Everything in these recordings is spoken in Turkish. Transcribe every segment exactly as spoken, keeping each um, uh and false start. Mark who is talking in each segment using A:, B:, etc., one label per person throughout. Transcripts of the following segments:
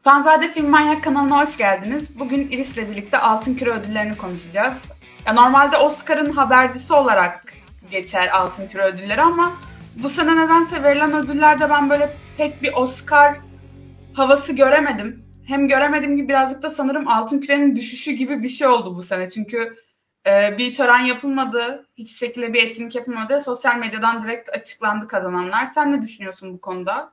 A: Fanzade Film Manyak kanalına hoş geldiniz. Bugün Iris'le birlikte Altın Küre ödüllerini konuşacağız. Ya normalde Oscar'ın habercisi olarak geçer Altın Küre ödülleri ama bu sene nedense verilen ödüllerde ben böyle pek bir Oscar havası göremedim. Hem göremediğim gibi birazcık da sanırım Altın Küre'nin düşüşü gibi bir şey oldu bu sene. Çünkü e, bir tören yapılmadı, hiçbir şekilde bir etkinlik yapılmadı. Sosyal medyadan direkt açıklandı kazananlar. Sen ne düşünüyorsun bu konuda?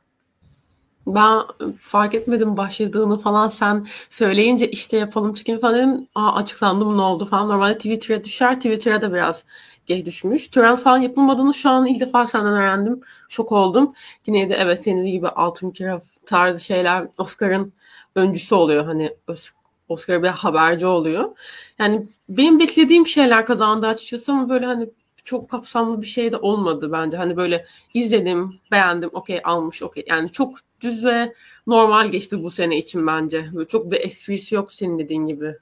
B: Ben fark etmedim başladığını falan sen söyleyince işte yapalım çekim falan dedim. Aa, açıklandı ne oldu falan. Normalde Twitter'a düşer. Twitter'a da biraz geç düşmüş. Tören falan yapılmadığını şu an ilk defa senden öğrendim. Şok oldum. Yine de evet senin gibi Altın Küre tarzı şeyler Oscar'ın öncüsü oluyor. Hani Oscar bir haberci oluyor. Yani benim beklediğim şeyler kazandı açıkçası ama böyle hani çok kapsamlı bir şey de olmadı bence. Hani böyle izledim, beğendim, okey almış, okey. Yani çok düz ve normal geçti bu sene için bence. Böyle çok bir esprisi yok senin dediğin gibi.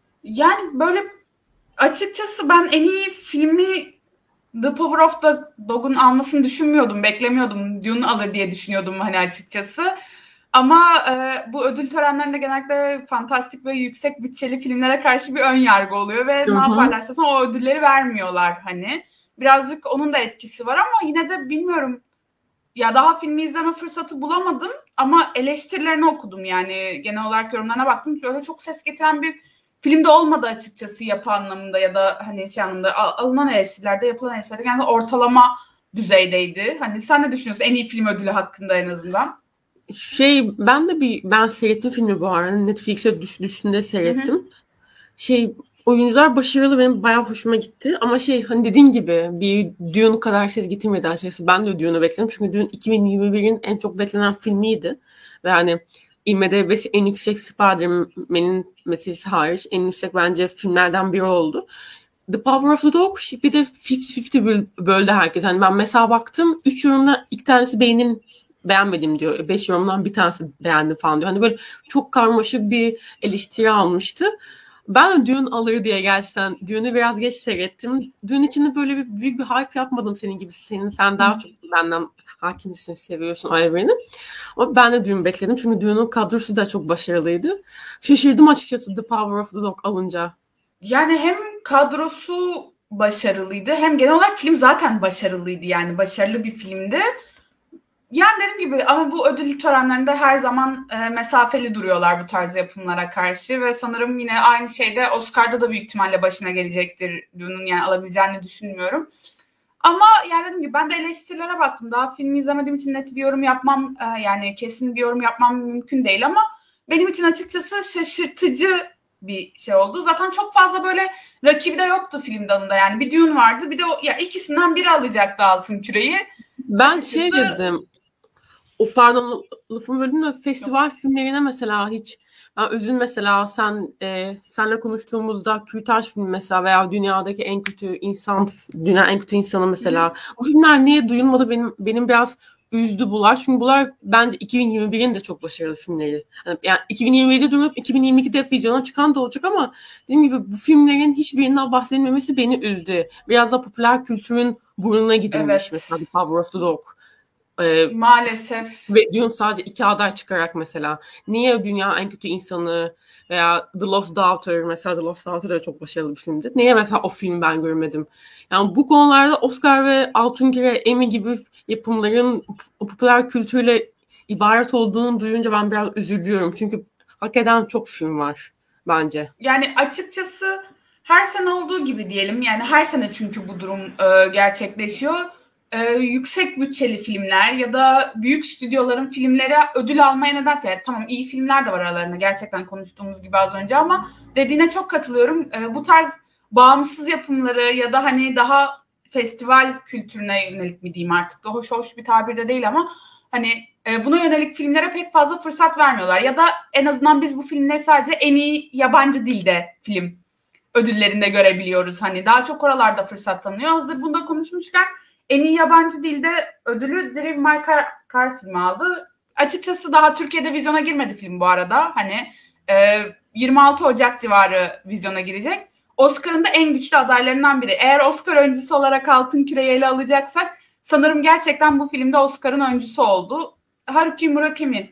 A: Yani böyle açıkçası ben en iyi filmi The Power of the Dog'un almasını düşünmüyordum, beklemiyordum. Dune alır diye düşünüyordum hani açıkçası. Ama e, bu ödül törenlerinde genellikle fantastik ve yüksek bütçeli filmlere karşı bir ön yargı oluyor ve
B: Hı
A: ne
B: hı.
A: yaparlarsa sonra o ödülleri vermiyorlar hani. Birazcık onun da etkisi var ama yine de bilmiyorum. Ya daha filmi izleme fırsatı bulamadım ama eleştirilerini okudum yani genel olarak yorumlarına baktım. Öyle çok ses getiren bir filmde olmadı açıkçası yapı anlamında ya da hani şey anlamda alınan eleştirilerde yapılan eleştirilerde yani ortalama düzeydeydi. Hani sen ne düşünüyorsun en iyi film ödülü hakkında en azından?
B: Şey ben de bir ben seyrettim filmi bu arada. Netflix'e düş, düştüğünde
A: Hı hı.
B: seyrettim. Şey oyuncular başarılı benim bayağı hoşuma gitti. Ama şey hani dediğin gibi bir Dune kadar ses getirmedi açıkçası. Ben de Dune'u bekledim. Çünkü Dune iki bin yirmi birin en çok beklenen filmiydi. Ve hani IMDb'si en yüksek Spider-Man'in meselesi hariç en yüksek bence filmlerden biri oldu. The Power of the Dog bir de elli elli böldü herkes. Hani ben mesela baktım üç yorumda iki tanesi beğenin beğenmedim diyor. Beş yorumdan bir tanesi beğendim falan diyor. Hani böyle çok karmaşık bir eleştiri almıştı. Ben Dune alır diye gerçekten Dune'u biraz geç seyrettim. Dune için de böyle bir büyük bir hype yapmadım senin gibi. Senin sen daha çok benden hakimsin, seviyorsun o evreni. Ama ben de Dune bekledim. Çünkü Dune'un kadrosu da çok başarılıydı. Şaşırdım açıkçası The Power of the Dog alınca.
A: Yani hem kadrosu başarılıydı hem genel olarak film zaten başarılıydı yani başarılı bir filmdi. Yani dediğim gibi ama bu ödül törenlerinde her zaman e, mesafeli duruyorlar bu tarz yapımlara karşı ve sanırım yine aynı şeyde Oscar'da da büyük ihtimalle başına gelecektir. Dune'un yani alabileceğini düşünmüyorum. Ama yani dediğim gibi ben de eleştirilere baktım. Daha filmi izlemediğim için net bir yorum yapmam e, yani kesin bir yorum yapmam mümkün değil ama benim için açıkçası şaşırtıcı bir şey oldu. Zaten çok fazla böyle rakibi de yoktu film dalında yani bir Dune vardı bir de o, ya ikisinden biri alacaktı Altın Küre'yi.
B: Ben şey
A: Açıkçası
B: dedim. O pardon lafımı böldüm de
A: yok.
B: festival filmlerine mesela hiç ben üzün mesela sen e, senle konuştuğumuzda Kürtaj filmi mesela veya dünyadaki en kötü insan dünya en kötü insanı
A: Hı hı.
B: mesela o filmler niye duyulmadı benim benim biraz üzdü bunlar. Çünkü bunlar bence iki bin yirmi birin de çok başarılı filmleri. Yani, yani iki bin yirmi yedide durup iki bin yirmi ikide vizyona çıkan da olacak ama dediğim gibi bu filmlerin hiçbirinden bahsedilmemesi beni üzdü. Biraz da popüler kültürün burnuna gidilmiş mesela
A: Evet.
B: The Power of the Dog. Ee,
A: Maalesef.
B: ve Dune sadece iki aday çıkarak mesela. Niye Dünya en kötü insanı veya The Lost Daughter mesela The Lost Daughter da çok başarılı bir filmdi. Niye mesela o filmi ben görmedim? Yani bu konularda Oscar ve Altın Küre, Emmy gibi yapımların popüler kültürle ibaret olduğunu duyunca ben biraz üzülüyorum. Çünkü hak eden çok film var bence.
A: Yani açıkçası her sene olduğu gibi diyelim. Yani her sene çünkü bu durum e, gerçekleşiyor. E, yüksek bütçeli filmler ya da büyük stüdyoların filmlere ödül almaya nedense. Yani tamam iyi filmler de var aralarında gerçekten konuştuğumuz gibi az önce ama dediğine çok katılıyorum. E, bu tarz bağımsız yapımları ya da hani daha festival kültürüne yönelik mi diyeyim artık da hoş hoş bir tabir de değil ama hani e, buna yönelik filmlere pek fazla fırsat vermiyorlar. Ya da en azından biz bu filmleri sadece en iyi yabancı dilde film ödüllerinde görebiliyoruz. Hani daha çok oralarda fırsat tanıyor. Hazır bunda konuşmuşken en iyi yabancı dilde ödülü Drive My Car, Car filmi aldı. Açıkçası daha Türkiye'de vizyona girmedi film bu arada. Hani e, yirmi altı Ocak civarı vizyona girecek. Oscar'ın da en güçlü adaylarından biri. Eğer Oscar öncüsü olarak Altın Küre'yi ele alacaksak sanırım gerçekten bu filmde Oscar'ın öncüsü oldu. Haruki Murakami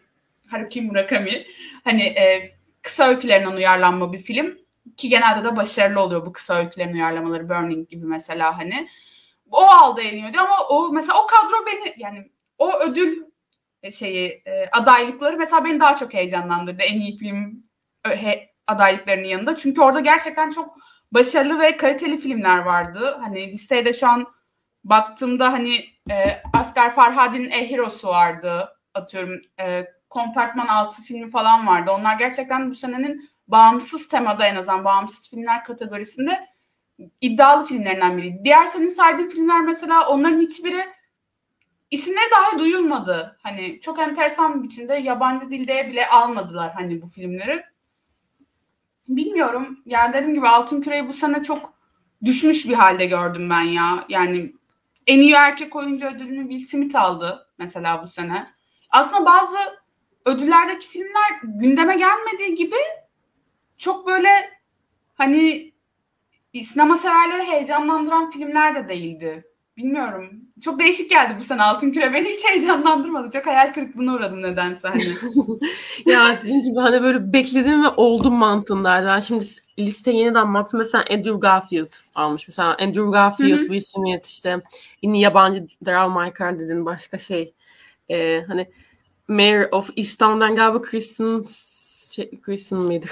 A: Haruki Murakami. Hani e, kısa öykülerinden uyarlanma bir film. Ki genelde de başarılı oluyor bu kısa öykülerin uyarlamaları. Burning gibi mesela hani. O aldı eğleniyordu ama o mesela o kadro beni yani o ödül şeyi e, adaylıkları mesela beni daha çok heyecanlandırdı en iyi film he, adaylıklarının yanında. Çünkü orada gerçekten çok başarılı ve kaliteli filmler vardı. Hani listeye de şu an baktığımda hani e, Asghar Farhadi'nin E Hero'su vardı. Atıyorum e, Kompartman altı filmi falan vardı. Onlar gerçekten bu senenin bağımsız temada en azından bağımsız filmler kategorisinde iddialı filmlerinden biri. Diğer senin saydığın filmler mesela onların hiçbiri isimleri dahi duyulmadı. Hani çok enteresan bir biçimde yabancı dilde bile almadılar hani bu filmleri. Bilmiyorum. Yani dediğim gibi Altın Küre'yi bu sene çok düşmüş bir halde gördüm ben ya. Yani en iyi erkek oyuncu ödülünü Will Smith aldı mesela bu sene. Aslında bazı ödüllerdeki filmler gündeme gelmediği gibi çok böyle hani sinema severleri heyecanlandıran filmler de değildi. Bilmiyorum. Çok değişik geldi bu sene Altın Küre. Beni hiç heyecanlandırmadı. Çok hayal kırıklığına uğradım nedense hani.
B: Ya dediğim gibi hani böyle bekledim ve oldum mantığındaydı. Ben şimdi liste yeniden baktım. Mesela Andrew Garfield almış. Mesela Andrew Garfield, Will Smith, işte yine yabancı Daryl Michael dedin, başka şey. Ee, hani Mayor of Easttown'dan galiba Kristen şey, Kristen miydi?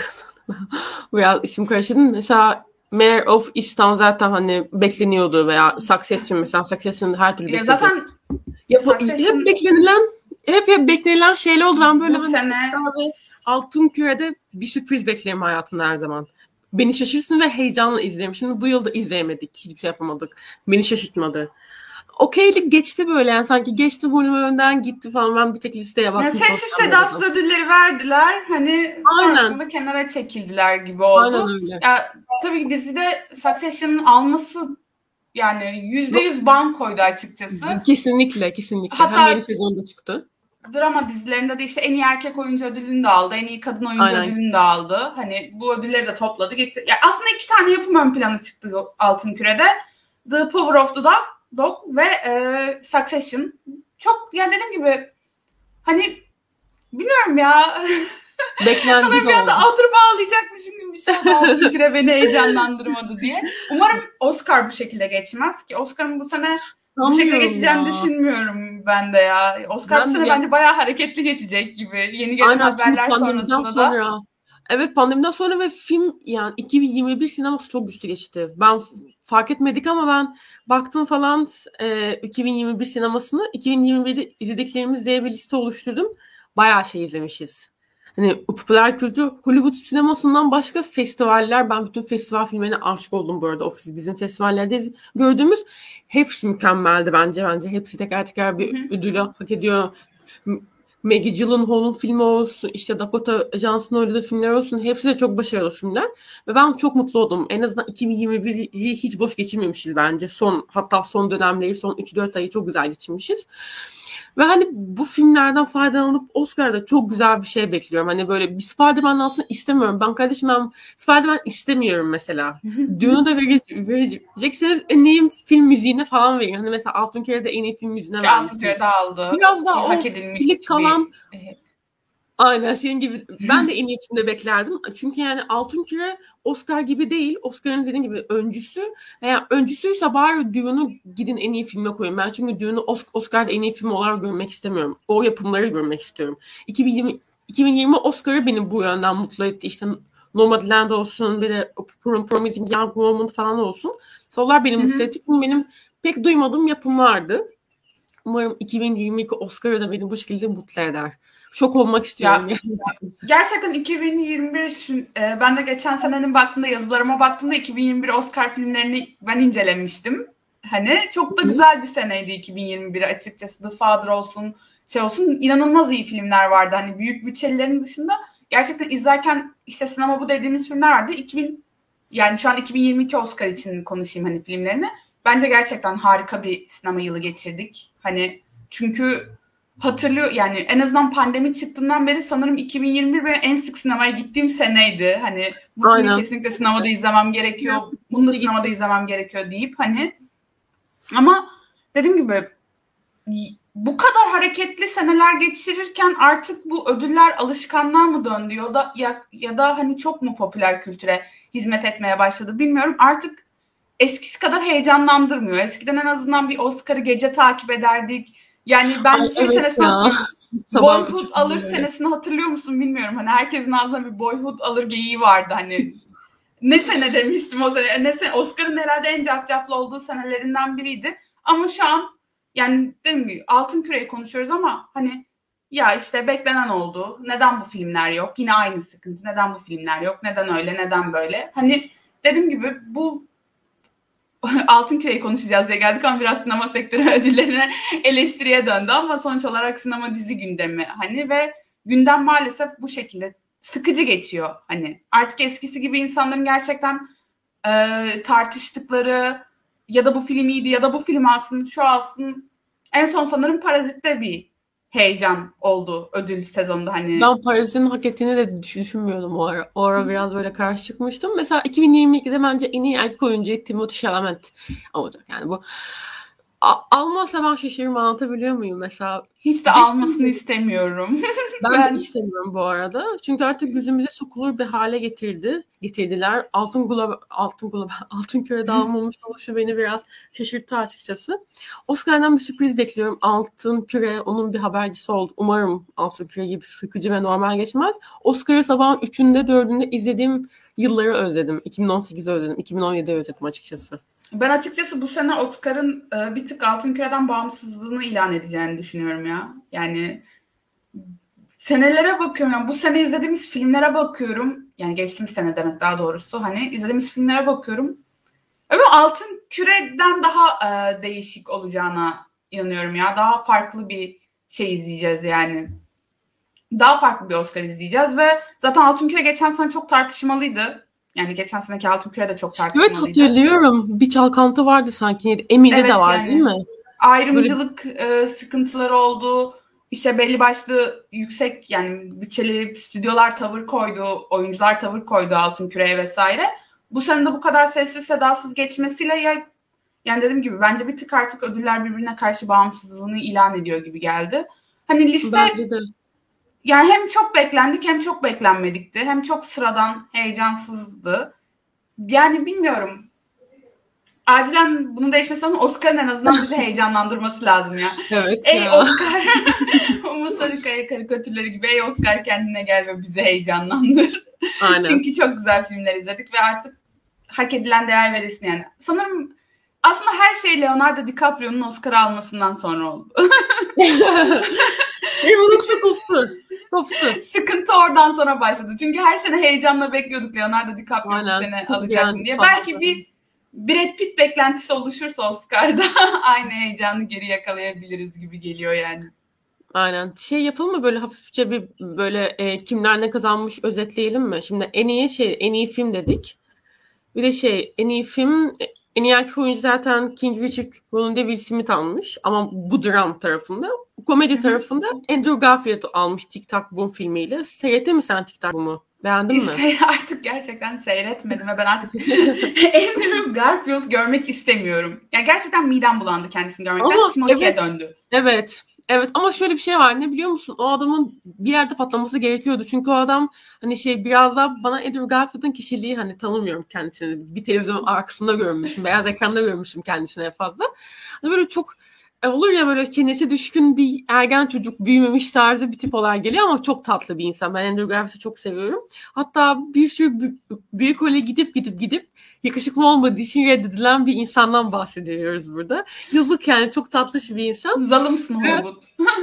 B: Biraz isim karıştırdım. Mesela Mayor of Easttown zaten hani bekleniyordu veya Succession mesela Succession'ı her türlü
A: Ya
B: bekledi.
A: zaten
B: Ya bu
A: Succession
B: hep beklenilen hep hep beklenilen şeyler oldu. Ben böyle
A: bu
B: hani
A: sene
B: Oscar ve Altın Küre'de bir sürpriz beklerim hayatımda her zaman. Beni şaşırsın ve heyecanla izlerim. Şimdi bu yılda izleyemedik. Hiçbir şey yapamadık. Beni şaşırtmadı. Okeylik geçti böyle yani sanki geçti burnum önden gitti falan. Ben bir tek listeye
A: yani
B: baktım.
A: sessiz
B: sosyal
A: sedasız
B: medyada.
A: ödülleri verdiler. Hani
B: Aynen.
A: sonrasında kenara çekildiler gibi
B: Aynen
A: oldu.
B: öyle.
A: Ya tabii ki dizide Succession'ın alması yani yüzde yüz bankoydu açıkçası.
B: Kesinlikle kesinlikle. Hem
A: Hatta
B: yeni sezonda çıktı.
A: drama dizilerinde de işte en iyi erkek oyuncu ödülünü de aldı. En iyi kadın oyuncu
B: Aynen.
A: ödülünü de aldı. Hani bu ödülleri de topladı. Geçti. Yani aslında iki tane yapım ön plana çıktı Altın Küre'de. The Power of the Dog, Dog ve e, Succession. Çok yani dediğim gibi hani bilmiyorum ya.
B: Beklendi
A: Sanırım
B: de
A: bir
B: oldu.
A: anda oturup ağlayacakmışım gibi bir şey oldu Altın Küre beni heyecanlandırmadı diye. Umarım Oscar bu şekilde geçmez ki. Oscar'ın bu sene bu şekilde
B: Sanmıyorum
A: geçeceğini
B: ya.
A: düşünmüyorum ben de ya. Oscar bu
B: Ben de
A: sene
B: ya,
A: bence bayağı hareketli geçecek gibi. Yeni gelen
B: aynen çünkü
A: haberler
B: pandemiden
A: sonrasında da.
B: sonra evet pandemiden sonra ve film yani iki bin yirmi bir sineması çok güçlü geçti. Ben f- fark etmedik ama ben baktım falan e, iki bin yirmi bir sinemasını iki bin yirmi birde izlediklerimiz diye bir liste oluşturdum. Bayağı şey izlemişiz. Hani popüler kültür Hollywood sinemasından başka festivaller, ben bütün festival filmlerine aşık oldum bu arada. Ofis bizim festivallerde iz- gördüğümüz hepsi mükemmeldi bence. Bence hepsi teker teker
A: Hı
B: bir
A: hı.
B: ödülü hak ediyor. Maggie Gyllenhaal'ın filmi olsun, işte Dakota Johnson'ın oynadığı filmler olsun, hepsi de çok başarılı filmler. Ve ben çok mutlu oldum. En azından iki bin yirmi biri hiç boş geçirmemişiz bence. Son, hatta son dönemleri, son üç dört ayı çok güzel geçirmişiz. Ve hani bu filmlerden faydalanıp Oscar'da çok güzel bir şey bekliyorum. Hani böyle bir Spider-Man aslında istemiyorum. Ben kardeşim ben Spider-Man istemiyorum mesela. Dune'u da verecekseniz en iyi film müziğine falan verin. Hani mesela Altın Küre'de en iyi film müziğine
A: Ki Altın
B: vermişsiniz.
A: Küre de aldı.
B: Biraz
A: Ki
B: daha
A: hak
B: o
A: edilmiş
B: ilik
A: bir
B: kalan aynen senin gibi ben de en iyi filmde beklerdim. Çünkü yani Altın Küre Oscar gibi değil. Oscar'ın dediğin gibi öncüsü. Yani öncüsüyse bari Dune'u gidin en iyi filme koyun. Ben çünkü Dune'u Oscar'da en iyi film olarak görmek istemiyorum. O yapımları görmek istiyorum. iki bin yirmi, iki bin yirmi Oscar'ı beni bu yönden mutlu etti. İşte Nomadland olsun, bir de Promising Young Woman falan olsun. Solar beni mutlu etti. Çünkü benim pek duymadığım yapım vardı. Umarım iki bin yirmi iki Oscar'ı da beni bu şekilde mutlu eder. Şok olmak istiyorum
A: ya
B: yani.
A: gerçekten iki bin yirmi bir e, ben de geçen senenin baktığımda yazılarıma baktığımda iki bin yirmi bir Oscar filmlerini ben incelemiştim. Hani çok da güzel bir seneydi iki bin yirmi bir açıkçası. The Father olsun, şey olsun inanılmaz iyi filmler vardı. Hani büyük bütçelerin dışında gerçekten izlerken işte sinema bu dediğimiz filmler vardı. iki bin yani şu an iki bin yirmi iki Oscar için konuşayım hani filmlerini. Bence gerçekten harika bir sinema yılı geçirdik. Hani çünkü hatırlıyor yani en azından pandemi çıktığından beri sanırım iki bin yirmi bir benim en sık sinemaya gittiğim seneydi. Hani bu filmi
B: Aynen.
A: kesinlikle sinemada izlemem gerekiyor. Bunu da
B: Gitti
A: sinemada
B: gitti.
A: izlemem gerekiyor deyip hani ama dediğim gibi bu kadar hareketli seneler geçirirken artık bu ödüller alışkanlığa mı döndü ya da ya, ya da hani çok mu popüler kültüre hizmet etmeye başladı bilmiyorum. Artık eskisi kadar heyecanlandırmıyor. Eskiden en azından bir Oscar'ı gece takip ederdik. Yani ben
B: Ay
A: şey
B: evet
A: senesini
B: ya.
A: hatırlıyorum.
B: Sabah
A: Boyhood
B: üçte
A: alır
B: böyle.
A: senesini hatırlıyor musun bilmiyorum. Hani herkesin ağzında bir Boyhood alır geyiği vardı hani. Ne sene demiştim o sene. Ne sene, Oscar'ın herhalde en cafcaflı olduğu senelerinden biriydi. Ama şu an yani dediğim gibi Altın Küre'yi konuşuyoruz ama hani ya işte beklenen oldu. Neden bu filmler yok? Yine aynı sıkıntı. Neden bu filmler yok? Neden öyle? Neden böyle? Hani dediğim gibi bu Altın Küre'yi konuşacağız diye geldik ama biraz sinema sektörü ödüllerine eleştiriye döndü ama sonuç olarak sinema dizi gündemi hani ve gündem maalesef bu şekilde sıkıcı geçiyor hani artık eskisi gibi insanların gerçekten e, tartıştıkları ya da bu film iyiydi ya da bu film alsın şu alsın en son sanırım Parazit'te bir heyecan oldu ödül sezonunda hani.
B: Ben Paris'in hak ettiğini de düş- düşünmüyordum o ara. O ara biraz böyle karşı çıkmıştım. Mesela iki bin yirmi ikide bence en iyi erkek oyuncu Timothée Chalamet olacak. Yani bu A- almazsa ben şaşırırım, anlatabiliyor muyum mesela?
A: Hiç de
B: Bir de
A: almasını
B: şimdi
A: istemiyorum.
B: ben de
A: Ben
B: istemiyorum bu arada. Çünkü artık gözümüze sokulur bir hale getirdi. Getirdiler. Altın Globe, Altın Globe, Altın Küre'de almamış oluşu beni biraz şaşırttı açıkçası. Oscar'dan bir sürpriz bekliyorum. Altın Küre onun bir habercisi oldu. Umarım Altın Küre gibi sıkıcı ve normal geçmez. Oscar'ı sabahın üçünde dördünde izlediğim yılları özledim. iki bin on sekizi özledim. iki bin on yediyi özledim açıkçası.
A: Ben açıkçası bu sene Oscar'ın e, bir tık Altın Küre'den bağımsızlığını ilan edeceğini düşünüyorum ya. Yani senelere bakıyorum. Yani bu sene izlediğimiz filmlere bakıyorum. Yani geçtiğimiz sene demek daha doğrusu. Hani izlediğimiz filmlere bakıyorum. Ama Altın Küre'den daha e, değişik olacağına inanıyorum ya. Daha farklı bir şey izleyeceğiz yani. Daha farklı bir Oscar izleyeceğiz ve zaten Altın Küre geçen sene çok tartışmalıydı. Yani geçen seneki Altın Küre de çok
B: Evet
A: tartışmalıydı.
B: hatırlıyorum. Bir çalkantı vardı sanki. Emi'de de
A: Evet
B: var değil
A: yani
B: mi? Böyle
A: ayrımcılık e, sıkıntıları oldu. İşte belli başlı yüksek yani bütçeli stüdyolar tavır koydu, oyuncular tavır koydu Altın Küre'ye vesaire. Bu sene de bu kadar sessiz sedasız geçmesiyle ya yani dediğim gibi bence bir tık artık ödüller birbirine karşı bağımsızlığını ilan ediyor gibi geldi. Hani liste
B: bence de.
A: yani hem çok beklendik hem çok beklenmedikti. Hem çok sıradan, heyecansızdı. Yani bilmiyorum. Acilen bunun değişmesi ama Oscar'ın en azından bizi heyecanlandırması lazım ya.
B: Evet
A: Ey
B: ya.
A: Oscar, Umut Sarıkaya karikatürleri gibi ey Oscar kendine gel ve bizi heyecanlandır.
B: Aynen.
A: Çünkü çok güzel filmler izledik ve artık hak edilen değer verilsin yani. Sanırım aslında her şey Leonardo DiCaprio'nun Oscar almasından sonra oldu.
B: Evolution
A: Bütün
B: koptu. Koptu.
A: sıkıntı oradan sonra başladı. Çünkü her sene heyecanla bekliyorduk Leonardo DiCaprio bu
B: Aynen.
A: sene
B: Çok
A: alacak mı
B: yani
A: diye. Belki
B: fazla.
A: bir Brad Pitt beklentisi oluşursa Oscar'da aynı heyecanı geri yakalayabiliriz gibi geliyor yani.
B: Aynen. Şey yapalım mı böyle hafifçe bir böyle e, kimler ne kazanmış özetleyelim mi? Şimdi en iyi şey en iyi film dedik. Bir de şey en iyi film en iyi erkek oyuncu zaten King Richard rolünde Will Smith almış. Ama bu dram tarafında.
A: Hı
B: Komedi
A: hı.
B: tarafında Andrew Garfield almış Tic Tac Boom filmiyle. Seyrettin mi sen Tic Tac Boom'u? Beğendin mi?
A: Se- artık gerçekten seyretmedim ve ben artık Andrew Garfield görmek istemiyorum. Ya gerçekten midem bulandı kendisini görmekten.
B: Ama
A: Timothy'ye
B: evet,
A: döndü.
B: evet, evet ama şöyle bir şey var ne biliyor musun? O adamın bir yerde patlaması gerekiyordu. Çünkü o adam hani şey biraz daha bana Andrew Garfield'ın kişiliği hani tanımıyorum kendisini. Bir televizyon arkasında görmüşüm, beyaz ekranda görmüşüm kendisini en fazla. Hani böyle çok e, olur ya böyle çenesi düşkün bir ergen çocuk büyümemiş tarzı bir tip olarak geliyor ama çok tatlı bir insan. Ben Andrew Garfield'ı çok seviyorum. Hatta bir sürü bü- büyük role gidip gidip gidip yakışıklı olmadığı için reddedilen bir insandan bahsediyoruz burada. Yazık yani çok tatlış bir insan.
A: Zalımsın
B: Ve,
A: Hollywood.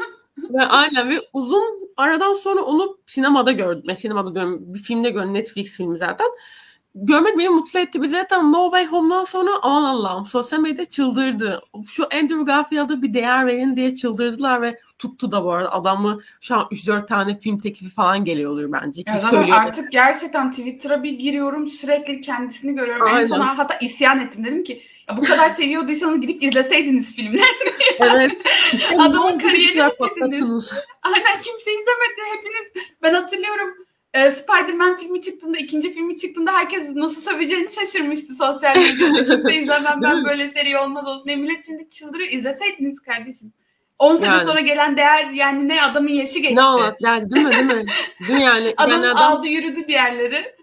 B: ve aynen ve uzun aradan sonra onu sinemada gördüm. Yani sinemada gördüm. Bir filmde gördüm. Netflix filmi zaten. Görmek beni mutlu etti. Bir de zaten No Way Home'dan sonra aman Allah'ım sosyal medyada çıldırdı. Şu Andrew Garfield'a bir değer verin diye çıldırdılar ve tuttu da bu arada. Adamı şu an üç dört tane film teklifi falan geliyordur bence
A: Ya
B: ki
A: zaten
B: söylüyor.
A: artık gerçekten Twitter'a bir giriyorum sürekli kendisini görüyorum. En son
B: Aynen.
A: hatta isyan ettim. Dedim ki ya bu kadar seviyorduysanız gidip izleseydiniz filmleri.
B: Evet. İşte ne
A: Adamın
B: oldu bu
A: kariyerini
B: kadar
A: bitirdiniz.
B: patlattınız?
A: Aynen kimse izlemedi hepiniz. Ben hatırlıyorum e, Spider-Man filmi çıktığında, ikinci filmi çıktığında herkes nasıl söveceğini şaşırmıştı sosyal medyada. Kimse izlemem
B: Değil
A: ben
B: mi?
A: böyle seri olmaz olsun. E, millet şimdi çıldırıyor. İzleseydiniz kardeşim. on sene
B: Yani
A: sonra gelen değer yani ne, adamın yaşı
B: ne
A: geçti.
B: anlat yani, değil mi değil mi? Değil mi yani? Yani
A: Adamın
B: adam
A: aldı yürüdü diğerleri.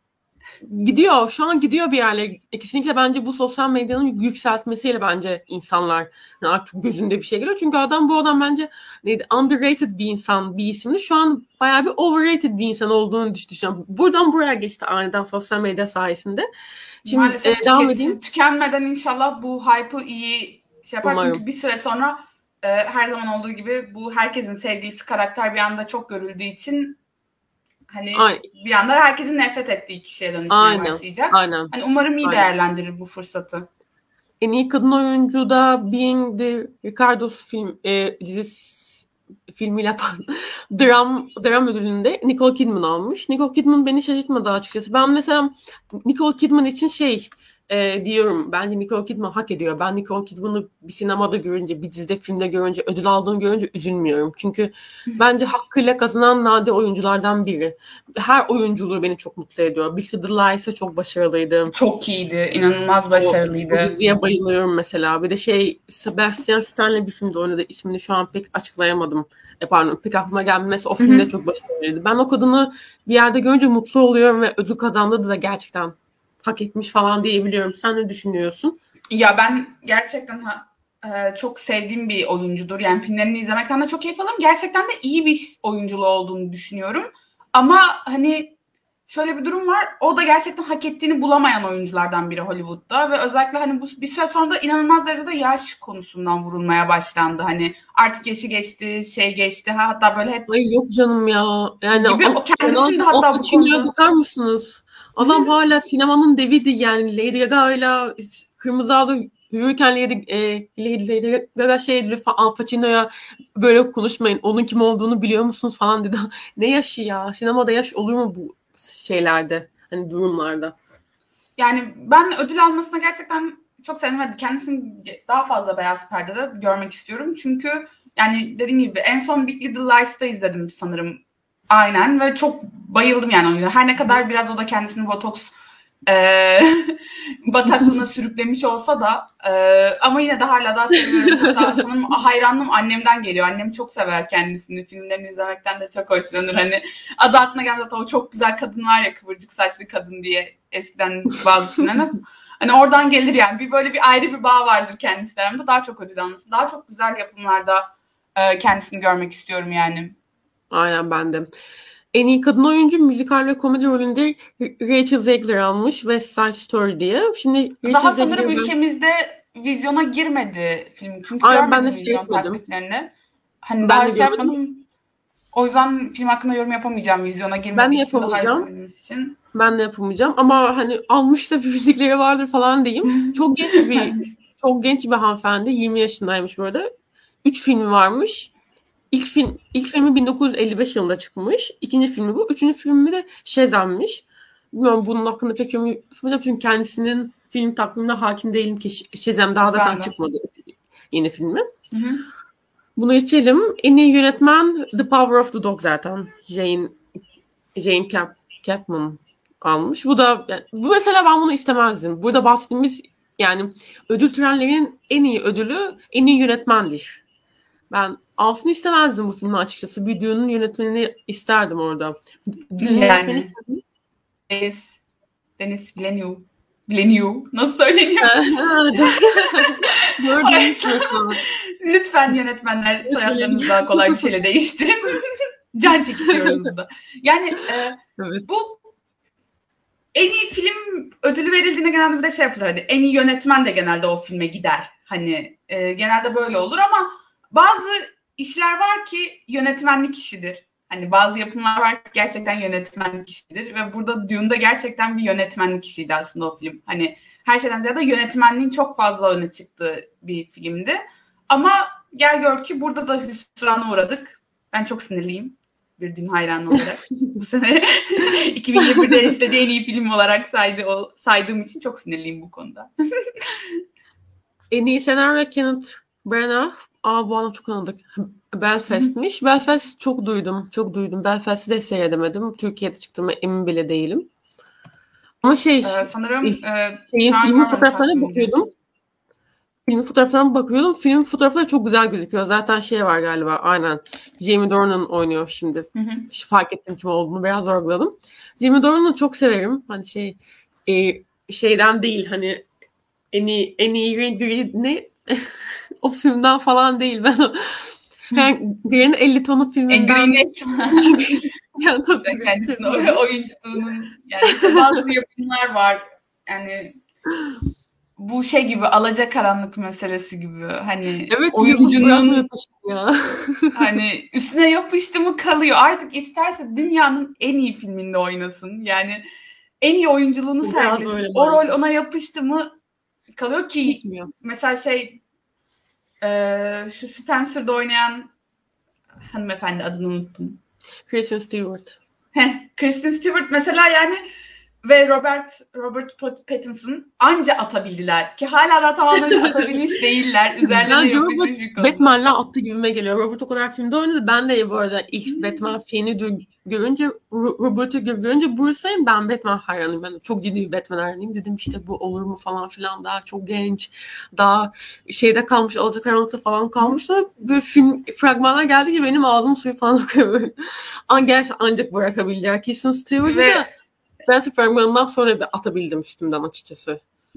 B: gidiyor. Şu an gidiyor bir yerlere. E, Kesinlikle bence bu sosyal medyanın yükseltmesiyle bence insanlar yani artık gözünde bir şey geliyor. Çünkü adam bu adam bence neydi? Underrated bir insan, bir isimdi. Şu an bayağı bir overrated bir insan olduğunu düşünüyorum. Buradan buraya geçti aniden sosyal medya sayesinde. Şimdi e,
A: Maalesef
B: devam
A: tüket,
B: edeyim.
A: tükenmeden inşallah bu hype'ı iyi şey yapar. Çünkü
B: Umarım.
A: bir süre sonra e, her zaman olduğu gibi bu herkesin sevdiği karakter bir anda çok görüldüğü için hani
B: Ay,
A: bir anda herkesin nefret ettiği kişiye dönüşmeye
B: aynen.
A: başlayacak.
B: Aynen.
A: Hani umarım iyi
B: Aynen.
A: değerlendirir bu fırsatı.
B: En iyi kadın oyuncu da Being the Ricardos film e, dizisi filmiyle pardon, dram dram ödülünde Nicole Kidman almış. Nicole Kidman beni şaşırtmadı açıkçası. Ben mesela Nicole Kidman için şey e, diyorum. Bence Nicole Kidman hak ediyor. Ben Nicole Kidman'ı bir sinemada görünce, bir dizide, filmde görünce, ödül aldığını görünce üzülmüyorum. Çünkü bence hakkıyla kazanan nadir oyunculardan biri. Her oyunculuğu beni çok mutlu ediyor. Bishop the Lies'e çok başarılıydı.
A: Çok iyiydi, inanılmaz
B: O, o
A: başarılıydı.
B: diziye bayılıyorum mesela. Bir de şey Sebastian Stan'le bir filmde oynadı. İsmini şu an pek açıklayamadım. E, pardon pek aklıma gelmesi o
A: Hı
B: filmde
A: hı.
B: çok başarılıydı. Ben o kadını bir yerde görünce mutlu oluyorum ve ödül kazandı da gerçekten hak etmiş falan diyebiliyorum. Sen ne düşünüyorsun?
A: Ya ben gerçekten ha, e, çok sevdiğim bir oyuncudur. Yani filmlerini izlemekten de çok keyif alırım. Gerçekten de iyi bir oyunculuğu olduğunu düşünüyorum. Ama hani şöyle bir durum var. O da gerçekten hak ettiğini bulamayan oyunculardan biri Hollywood'da ve özellikle hani bu bir süre sonra da inanılmaz derecede yaş konusundan vurulmaya başlandı. Hani artık yaşı geçti, şey geçti. Ha, hatta böyle hep
B: Ay yok canım ya. Yani
A: gibi
B: Al
A: o kendisini de
B: Al
A: hatta bu
B: Pacino'ya
A: konuda
B: bakar mısınız? Adam hala sinemanın deviydi yani. Lady Gaga'yla Kırmızı Halı yürürken Lady, e, Lady, Lady Gaga şey lütfen Al Pacino'ya böyle konuşmayın. Onun kim olduğunu biliyor musunuz falan dedi. Ne yaşı ya? Sinemada yaş olur mu bu şeylerde? Hani durumlarda.
A: yani ben ödül almasına gerçekten çok sevindim ve kendisini daha fazla beyaz perdede görmek istiyorum. Çünkü yani dediğim gibi en son Big Little Lies'ta izledim sanırım. Aynen ve çok bayıldım yani oyuna. Her ne kadar biraz o da kendisini botoks eee bataklığına sürüklemiş olsa da eee, ama yine de hala daha seviyorum. Hatta sanırım hayranlığım annemden geliyor. Annem çok sever kendisini. Filmlerini izlemekten de çok hoşlanır. Hani adı aklına gelmedi, hatta o çok güzel kadın var ya, kıvırcık saçlı kadın diye eskiden bazı filmler. Hani oradan gelir yani. Bir böyle bir ayrı bir bağ vardır kendisiyle aramda. Daha çok ödül alması. Daha çok güzel yapımlarda e, kendisini görmek istiyorum yani.
B: Aynen ben de. En iyi kadın oyuncu müzikal ve komedi rolünde Rachel Zegler almış West Side Story diye. Şimdi Rachel
A: Daha sanırım
B: Zegler'ı ben
A: ülkemizde vizyona girmedi film. Çünkü
B: Ay, ben de
A: görmedim vizyon
B: seyretmedim.
A: tekliflerini. Hani
B: Ben
A: daha
B: de
A: şey
B: görmedim.
A: yapmadım. O yüzden film hakkında yorum yapamayacağım vizyona
B: Ben de
A: girmediği için, daha
B: yapamayacağım.
A: izlemediğimiz için.
B: Ben de yapamayacağım. Ama hani almışsa bir müzikleri vardır falan diyeyim. Çok genç bir çok genç bir hanımefendi. yirmi yaşındaymış böyle. Üç filmi varmış. İlk film ilk filmi bin dokuz yüz elli beş yılında çıkmış. İkinci filmi bu. Üçüncü filmi de Shazam'mış. Bilmiyorum bunun hakkında pek yorum yapamayacağım. Çünkü kendisinin film takvimine hakim değilim ki Shazam daha zaten
A: Ben de.
B: çıkmadı yeni filmi.
A: Hı hı.
B: Bunu geçelim. En iyi yönetmen The Power of the Dog zaten. Jane Jane Cap Capman almış. Bu da yani, bu mesela ben bunu istemezdim. Burada bahsettiğimiz yani ödül törenlerinin en iyi ödülü en iyi yönetmendir. Ben alsın istemezdim bu filmi açıkçası. Bir Dune'un yönetmenini isterdim orada. Dune'un yönetmeni
A: Yani Deniz, Deniz Villeneuve. Villeneuve. Nasıl söyleniyor?
B: gördüğünüz mesela.
A: Lütfen yönetmenler soyadlarınızı daha kolay bir şeyle değiştirin. Can çekişiyoruz burada. Yani e,
B: Evet.
A: bu en iyi film ödülü verildiğinde genelde bir de şey yapılır. Hadi en iyi yönetmen de genelde o filme gider. Hani e, genelde böyle olur ama bazı işler var ki yönetmenlik işidir. Hani bazı yapımlar var ki gerçekten yönetmenlik işidir ve burada Dune'da gerçekten bir yönetmenlik işiydi aslında o film. Hani her şeyden ziyade yönetmenliğin çok fazla öne çıktığı bir filmdi. Ama gel gör ki burada da hüsrana uğradık. Ben çok sinirliyim bir Dune hayranı olarak. Bu sene iki bin yirmi birde istediği en iyi film olarak saydı, o, saydığım için çok sinirliyim bu konuda.
B: En iyi senaryo Kenneth Branagh. Aa bu adam çok anladık. Belfast'miş. Belfast çok duydum. Çok duydum. Belfast'ı da seyredemedim. Türkiye'de çıktığıma emin bile değilim. Ama şey
A: Ee, sanırım e,
B: şeyin
A: şu an
B: filmin
A: görmedim
B: fotoğraflarına
A: takvimini.
B: bakıyordum. filmin fotoğraflarına bakıyordum. Filmin fotoğrafları çok güzel gözüküyor. Zaten şey var galiba, aynen. Jamie Dornan oynuyor şimdi.
A: Hı hı.
B: Fark ettim kim olduğunu, biraz sorguladım. Jamie Dornan'ı çok severim. Hani şey e, şeyden değil, hani en iyi en iyi Green ne o filmden falan değil, ben o yani Green elli tonu filminden
A: Green
B: yani
A: kendisinin oyunculuğunun, yani işte bazı yapımlar var yani bu şey gibi, Alacakaranlık meselesi gibi, hani
B: evet,
A: oyuncunun ya. Hani üstüne yapıştı mı kalıyor, artık isterse dünyanın en iyi filminde oynasın, yani en iyi oyunculuğunu sergilesin, o rol ona yapıştı mı kalıyor ki Gitmiyor. Mesela şey e, şu Spencer'da oynayan hanımefendi, adını unuttum.
B: Kristen Stewart.
A: Heh, Kristen Stewart mesela, yani ve Robert Robert Pattinson anca atabildiler ki hala da tamamen atabilmiş değiller. Üzerlerine yapışmış bir konu.
B: Batman'la attı gibime geliyor. Robert o kadar filmde oynadı. Ben de bu arada ilk Batman filmini görünce, Robert'ı görünce Bruce'ayım, ben Batman hayranıyım. Ben çok ciddi bir Batman hayranıyım. Dedim işte bu olur mu falan filan, daha çok genç, daha şeyde kalmış, Alacakaranlıkta falan kalmış da böyle film fragmanlar geldi ki benim ağzım suyu falan akıyor. An gerçi ancak bırakabilecek Kristen Stewart'ı Ve... da ben fragmanından sonra bir atabildim üstümden açıkçası.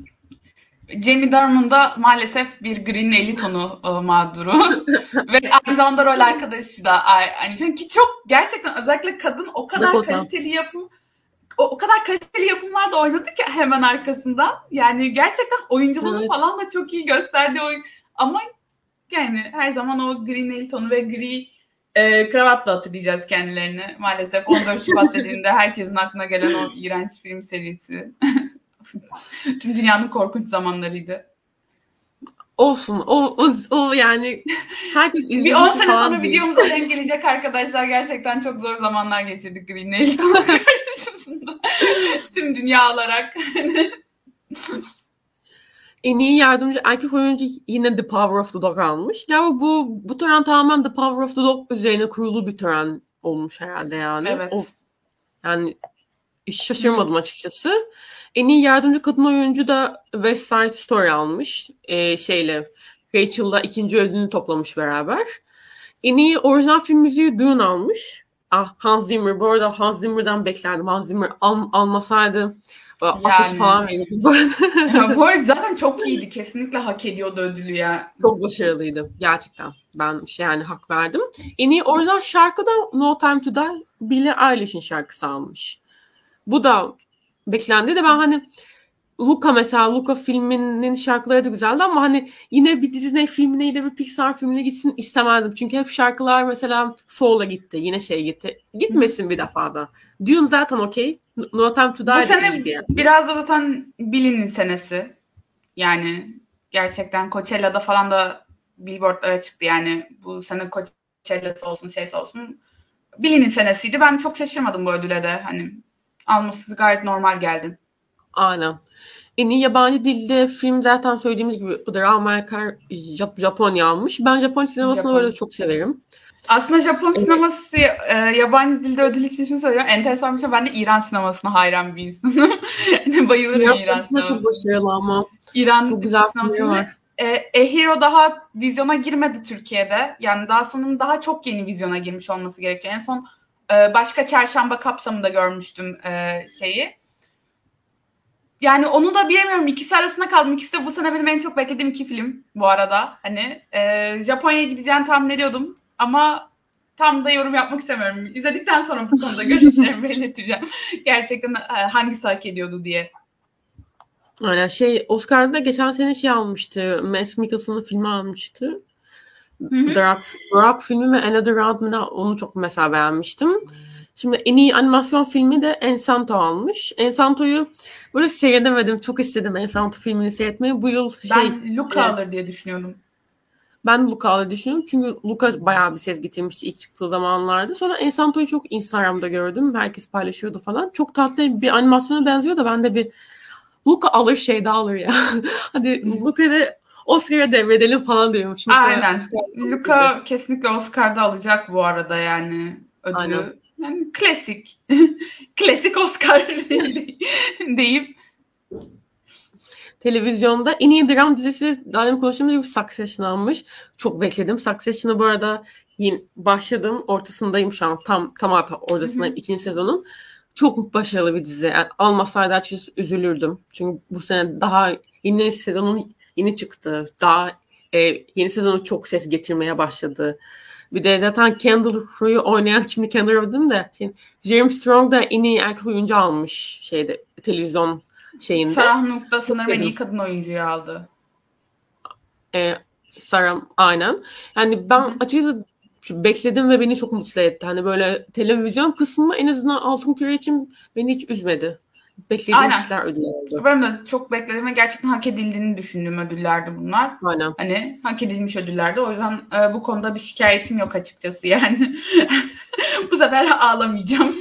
A: Jamie Dornan da maalesef bir Green elli tonu mağduru ve aynı zamanda rol arkadaşı da aynı ki çok gerçekten, özellikle kadın o kadar Dakota. kaliteli yapım o, o kadar kaliteli yapımlarda oynadı ki hemen arkasından, yani gerçekten oyunculuğunu evet. falan da çok iyi gösterdi oyun, ama yani her zaman o Green elli tonu ve gri e, kravatla hatırlayacağız kendilerini maalesef. on dört Şubat dediğinde herkesin aklına gelen o iğrenç film serisi. Tüm dünyanın korkunç zamanlarıydı.
B: Olsun. O, o, o yani herkes izlemiş.
A: Bir on sene sonra değil. Videomuza denk gelecek arkadaşlar. Gerçekten çok zor zamanlar geçirdik Green Elton karşısında. Tüm dünya olarak.
B: En iyi yardımcı erkek oyuncu yine The Power of the Dog almış. Yani bu bu tören tamamen The Power of the Dog üzerine kurulu bir tören olmuş herhalde yani.
A: Evet.
B: O, yani şaşırmadım açıkçası. En iyi yardımcı kadın oyuncu da West Side Story almış. Ee, şeyle Rachel'la ikinci ödülünü toplamış beraber. En iyi orijinal film müziği Dune almış. Ah, Hans Zimmer. Bu arada Hans Zimmer'dan beklerdim. Hans Zimmer al, almasaydı yani. altmış falan verirdim.
A: Ya, bu arada zaten çok iyiydi. Kesinlikle hak ediyordu ödülü ya.
B: Çok başarılıydı. Gerçekten. Ben yani hak verdim. En iyi orijinal şarkı da No Time to Die, Billie Eilish'in şarkısı almış. Bu da beklendi de ben hani Luca mesela, Luca filminin şarkıları da güzeldi ama hani yine bir Disney filmine, yine bir Pixar filmine gitsin istemezdim. Çünkü hep şarkılar mesela Soul'a gitti. Yine şey gitti. Gitmesin bir defa da. Dune zaten okey. No Time to Die
A: bu sene iyiydi yani. Biraz da zaten Billie'nin senesi. Yani gerçekten Coachella'da falan da billboardlara çıktı. Yani bu sene Coachella'sı olsun, şeysi olsun. Billie'nin senesiydi. Ben çok şaşırmadım bu ödüle de. Hani alması gayet normal geldi.
B: Aynen. En iyi yabancı dilde film zaten söylediğimiz gibi Drama Jap- Japonya almış. Ben Japon sinemasını Japon. böyle çok severim.
A: Aslında Japon sineması e, yabancı dilde ödül için şunu söylüyorum. Enteresan bir şey. Ben de İran sinemasına hayran bir insanım. Bayılırım İran, İran sinemasına.
B: Çok başarılı ama.
A: İran çok güzel sinemasına var. E, e Hero daha vizyona girmedi Türkiye'de. Yani daha sonun daha çok yeni vizyona girmiş olması gerekiyor. En son e, başka çarşamba kapsamında görmüştüm e, şeyi. Yani onu da bilemiyorum. İkisi arasında kaldım. İkisi de bu sene benim en çok beklediğim iki film bu arada. Hani e, Japonya'ya gideceğini tahmin ediyordum. Ama tam da yorum yapmak istemiyorum. İzledikten sonra bu konuda görüşlerimi belirteceğim. Gerçekten hangisi hak ediyordu diye.
B: Aynen şey, Oscar'da geçen sene şey almıştı. Mads Mikkelsen'ın filmi almıştı. Drak, Drak filmi ve Another Round mı, onu çok mesela beğenmiştim. Şimdi en iyi animasyon filmi de Encanto almış. Encanto'yu böyle seyredemedim. Çok istedim Encanto filmini seyretmeyi. Bu yıl şey...
A: Ben Luca e, alır diye düşünüyorum.
B: Ben Luca alır düşünüyorum. Çünkü Luca bayağı bir ses getirmişti ilk çıktığı zamanlarda. Sonra Encanto'yu çok Instagram'da gördüm. Herkes paylaşıyordu falan. Çok tatlı bir animasyona benziyor da ben de bir Luca alır şey de alır ya. Hadi Luca'da Oscar'a devredelim falan diyorum. Şimdi
A: aynen. Luca kesinlikle Oscar'da alacak bu arada yani ödülü. Aynen. Yani klasik. Klasik Oscar deyip.
B: televizyonda en iyi dram dizisi daha demin konuştuğumuz gibi Succession almış. Çok bekledim. Succession'a bu arada yeni başladım. Ortasındayım şu an. Tam tam hatta ortasındayım. ikinci sezonun. Çok başarılı bir dizi. Yani almasaydı açıkçası üzülürdüm. Çünkü bu sene daha yeni sezonun yeni çıktı. Daha e, yeni sezonu çok ses getirmeye başladı. Bir de zaten Kendall Roy'u oynayan, şimdi Kendall Roy dedim de şey, Jeremy Strong da en iyi erkek oyuncu almış şeyde, televizyon şeyinde.
A: Sarah Nuk'ta sanırım en iyi kadın oyuncuyu aldı.
B: Ee, Sarah aynen. Yani ben Hı-hı. açıkçası bekledim ve beni çok mutlu etti. Hani böyle televizyon kısmı en azından Altın Küre için beni hiç üzmedi. Beklediğim Aynen. işler ödül oldu.
A: Ben de çok bekledim ve gerçekten hak edildiğini düşündüğüm ödüllerdi bunlar.
B: Aynen.
A: Hani hak edilmiş ödüllerdi. O yüzden e, bu konuda bir şikayetim yok açıkçası yani. Bu sefer ağlamayacağım.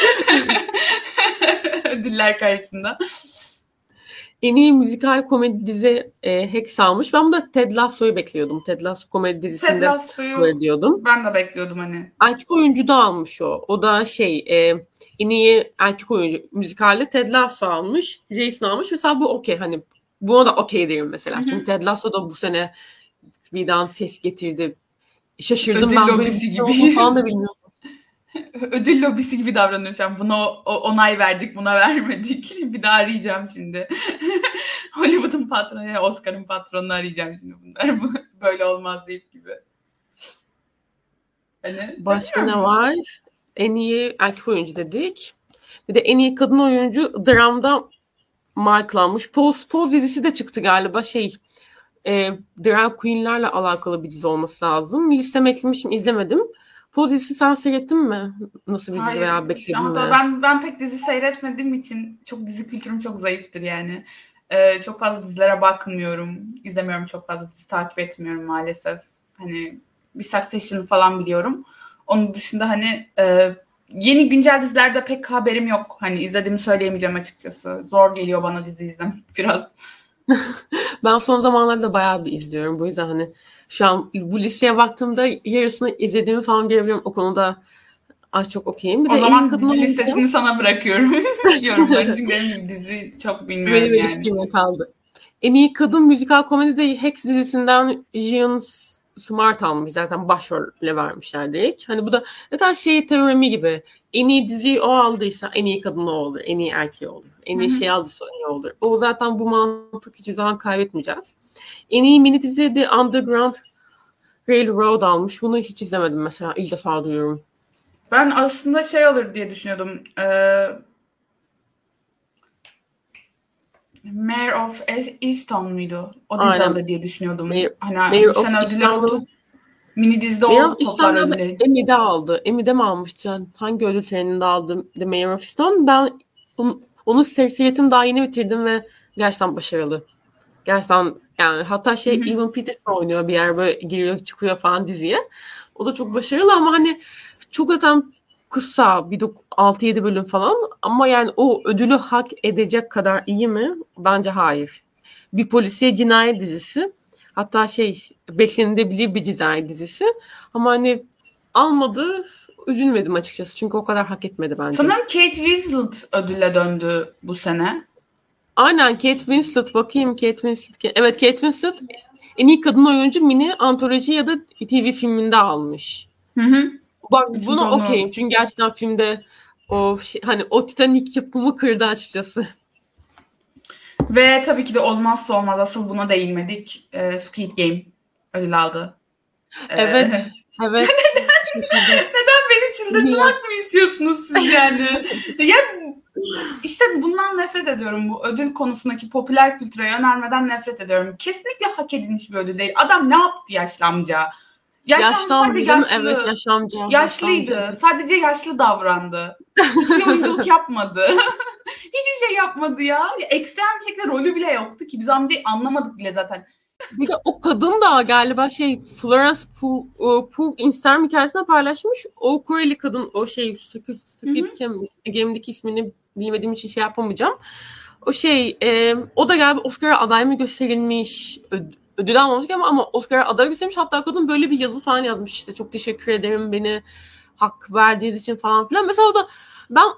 A: Ödüller karşısında.
B: En iyi müzikal komedi dizi e, Hex almış. Ben de Ted Lasso'yu bekliyordum. Ted Lasso komedi dizisinde Ted
A: Lasso'yu diyordum. Ben de bekliyordum hani.
B: Erkek oyuncu da almış o. O da şey e, en iyi erkek oyuncu müzikalde Ted Lasso almış. Jason almış. Mesela bu okey. Hani buna da okey derim mesela. Hı-hı. Çünkü Ted Lasso da bu sene birden ses getirdi. Şaşırdım.
A: Ödül
B: ben
A: lobisi gibi.
B: Falan da bilmiyorum.
A: Ödül lobisi gibi davranıyorum. Buna onay verdik, buna vermedik. Bir daha arayacağım şimdi. Hollywood'un patronu, Oscar'ın patronunu arayacağım şimdi bunlar. Bu böyle olmaz deyip gibi.
B: Hani, Başka ne var? En iyi erkek oyuncu dedik. Bir de en iyi kadın oyuncu dramda Michael almış. Pose, Pose dizisi de çıktı galiba. Şey, e, drag queen'lerle alakalı bir dizi olması lazım. Listeme eklemişim, izlemedim. Pose dizisi sen seyrettin mi? Nasıl bir dizi Hayır, veya bekledin mi?
A: Ben, ben pek dizi seyretmediğim için çok dizi kültürüm çok zayıftır yani. Ee, çok fazla dizilere bakmıyorum. İzlemiyorum, çok fazla dizi takip etmiyorum maalesef. Hani bir Succession falan biliyorum. Onun dışında hani e, yeni güncel dizilerde pek haberim yok. Hani izlediğimi söyleyemeyeceğim açıkçası. Zor geliyor bana dizi izlemek biraz.
B: Ben son zamanlarda bayağı bir izliyorum. Bu yüzden hani şu an bu listeye baktığımda yarısını izlediğimi falan görebiliyorum. O konuda az çok okeyim. Bir
A: o
B: de
A: zaman dizi listesini izleyeyim. Sana bırakıyorum. Yorumları. Çünkü benim dizi çok bilmiyorum
B: benim yani. Benim yani. kaldı. En iyi kadın müzikal komedide Hex dizisinden Jean Smart almış. Zaten başrolle vermişler direkt. Hani bu da zaten şey teoremi gibi. En iyi diziyi o aldıysa en iyi kadın o olur. En iyi erkeği olur. En iyi şey aldıysa en iyi olur. O zaten bu mantık hiçbir zaman kaybetmeyeceğiz. En iyi mini dizi de Underground Railroad almış. Bunu hiç izlemedim mesela. İlk defa duyuyorum.
A: Ben aslında şey olur diye düşünüyordum. Ee, Mayor of Easton muydu? O dizi alır diye düşünüyordum.
B: Mayor,
A: hani
B: Mayor
A: bu sene ödüller oldu. Mini dizide o toplar ödülleri.
B: Emmy'de aldı. Emmy'de mi almıştı? Hangi ödül töreninde aldı The Mayor of Easton? Ben onu, onu seyrettim, daha yeni bitirdim ve gerçekten başarılı. Gerçekten yani hatta şey Hı-hı. Evan Peterson oynuyor bir yer, böyle giriyor çıkıyor falan diziye. O da çok başarılı ama hani çok zaten kısa bir altı yedi bölüm falan ama yani o ödülü hak edecek kadar iyi mi? Bence hayır. Bir polisiye cinayet dizisi. Hatta şey beklenilebilir bir cinayet dizisi. Ama hani almadı, üzülmedim açıkçası. Çünkü o kadar hak etmedi bence.
A: Sanırım Kate Winslet ödülle döndü bu sene.
B: Aynen Kate Winslet. Bakayım Kate Winslet. Evet, Kate Winslet en iyi kadın oyuncu mini antoloji ya da T V filminde almış.
A: Hı hı.
B: Bak bunu onu... okeyim. Çünkü gerçekten filmde o şey, hani o Titanic yapımı kırdı açıkçası.
A: Ve tabii ki de olmazsa olmaz, asıl buna değinmedik. Ee, Squid Game ödül aldı.
B: Evet. Ee... Evet.
A: neden, neden beni çıldırtmak mı istiyorsunuz siz yani? ya işte bundan nefret ediyorum. Bu ödül konusundaki popüler kültüre yönelmeden nefret ediyorum. Kesinlikle hak edilmiş bir ödül değil. Adam ne yaptı yaşlı amca?
B: Yaşlı amca, yaşlı. Evet, yaşlı amca.
A: Yaşlıydı.
B: Yaşlı amca.
A: Sadece yaşlı davrandı. Hiçbir oyunculuk yapmadı. Hiçbir şey yapmadı ya. Ekstrem bir şekilde rolü bile yoktu ki. Biz amcayı anlamadık bile zaten.
B: Bir de o kadın da galiba şey Florence Pugh, Pugh Instagram hikayesinde paylaşmış. O Koreli kadın, o şey Squid Game'deki ismini bilmediğim için şey yapamayacağım. O şey e, o da galiba Oscar'a aday mı gösterilmiş, öd- ödül almamış ama ama Oscar'a aday gösterilmiş. Hatta kadın böyle bir yazı falan yazmış, işte çok teşekkür ederim beni hak verdiğiniz için falan filan. Mesela o da ben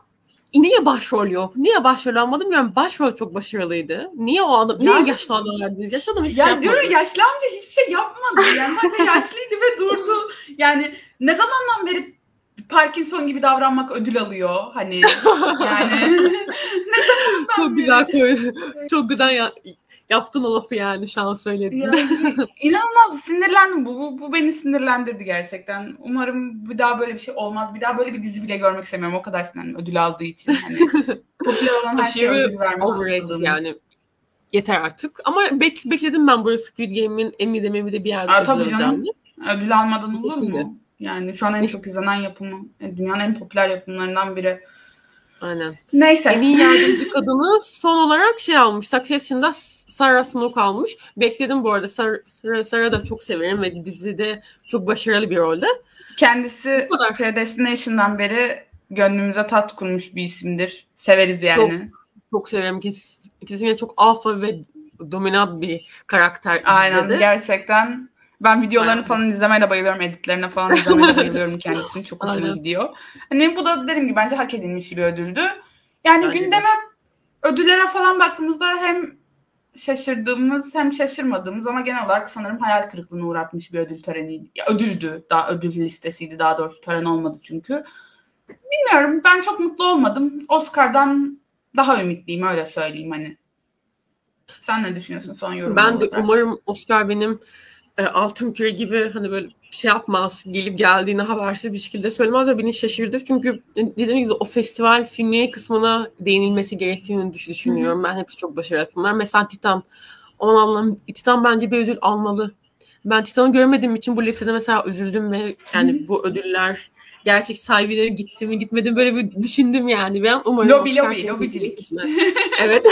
B: niye başrol yok? Niye başrol almadı bilmiyorum. Başrol çok başarılıydı. Niye o adam,
A: Yani,
B: niye yaşlı adam verdiniz? Yaşlı adam hiçbir şey
A: yani
B: yapmadı.
A: diyorum yaşlı amca hiçbir şey yapmadı. Yani sadece yaşlıydı ve durdu. Yani ne zamandan beri Parkinson gibi davranmak ödül alıyor hani yani ne zamandan
B: Çok
A: beri.
B: güzel koy. Çok güzel ya, yaptın o lafı yani şu an söyledin.
A: Yani inanılmaz sinirlendim. Bu, bu, bu beni sinirlendirdi gerçekten. Umarım bir daha böyle bir şey olmaz. Bir daha böyle bir dizi bile görmek istemiyorum. O kadar sinirlendim ödül aldığı için. Hani popüler olan her şeye
B: Aşırı
A: ödül verme
B: overrated
A: hastalığım.
B: yani. Yeter artık. Ama bek bekledim ben burada Squid Game'in Emmy'de Memmy'de bir yerde
A: Aa,
B: ödül
A: tabii canım.
B: alacağını.
A: Ödül almadan olur
B: Kesinlikle.
A: mu? Yani şu an en çok izlenen yapımı. Dünyanın en popüler yapımlarından biri.
B: Aynen.
A: Neyse.
B: En iyi yardımcı kadını son olarak şey almış. Succession'da Sarah Snook almış. Bekledim bu arada. Sarah, Sarah, Sarah da çok severim ve dizide çok başarılı bir rolde.
A: Kendisi Predestination'dan beri gönlümüze tat kurmuş bir isimdir. Severiz yani.
B: Çok, çok severim. Kes, kesinlikle çok alfa ve dominant bir karakter.
A: Aynen
B: dizide.
A: Gerçekten. Ben videolarını Aynen. falan izlemeye de bayılıyorum. Editlerine falan izlemeye de bayılıyorum kendisini. Çok hoşuma
B: Aynen.
A: gidiyor. Hani bu da dediğim gibi bence hak edilmiş bir ödüldü. Yani
B: Bence
A: gündeme
B: de.
A: ödüllere falan baktığımızda hem şaşırdığımız hem şaşırmadığımız ama genel olarak sanırım hayal kırıklığına uğratmış bir ödül töreniydi. Ya, ödüldü. Daha ödül listesiydi daha doğrusu. Tören olmadı çünkü. Bilmiyorum. Ben çok mutlu olmadım. Oscar'dan daha ümitliyim öyle söyleyeyim hani. Sen ne düşünüyorsun son yorum
B: Ben
A: olarak?
B: de umarım Oscar benim e, Altın Küre gibi hani böyle şey yapmaz, gelip geldiğini habersiz bir şekilde söylemez ve beni şaşırdı. Çünkü dediğim gibi o festival filmleri kısmına değinilmesi gerektiğini düşünüyorum. Hı-hı. Ben hepsi çok başarılı filmler. Mesela Titan. Aman Allah'ım, Titan bence bir ödül almalı. Ben Titan'ı görmediğim için bu listede mesela üzüldüm ve yani Hı-hı. bu ödüller gerçek sahibileri gitti mi gitmedi mi böyle bir düşündüm yani. Ben umarım
A: lobi
B: Oscar
A: lobi
B: şey
A: lobicilik.
B: Evet.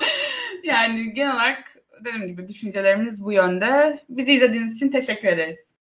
A: Yani genel olarak dediğim gibi düşüncelerimiz bu yönde. Bizi izlediğiniz için teşekkür ederiz.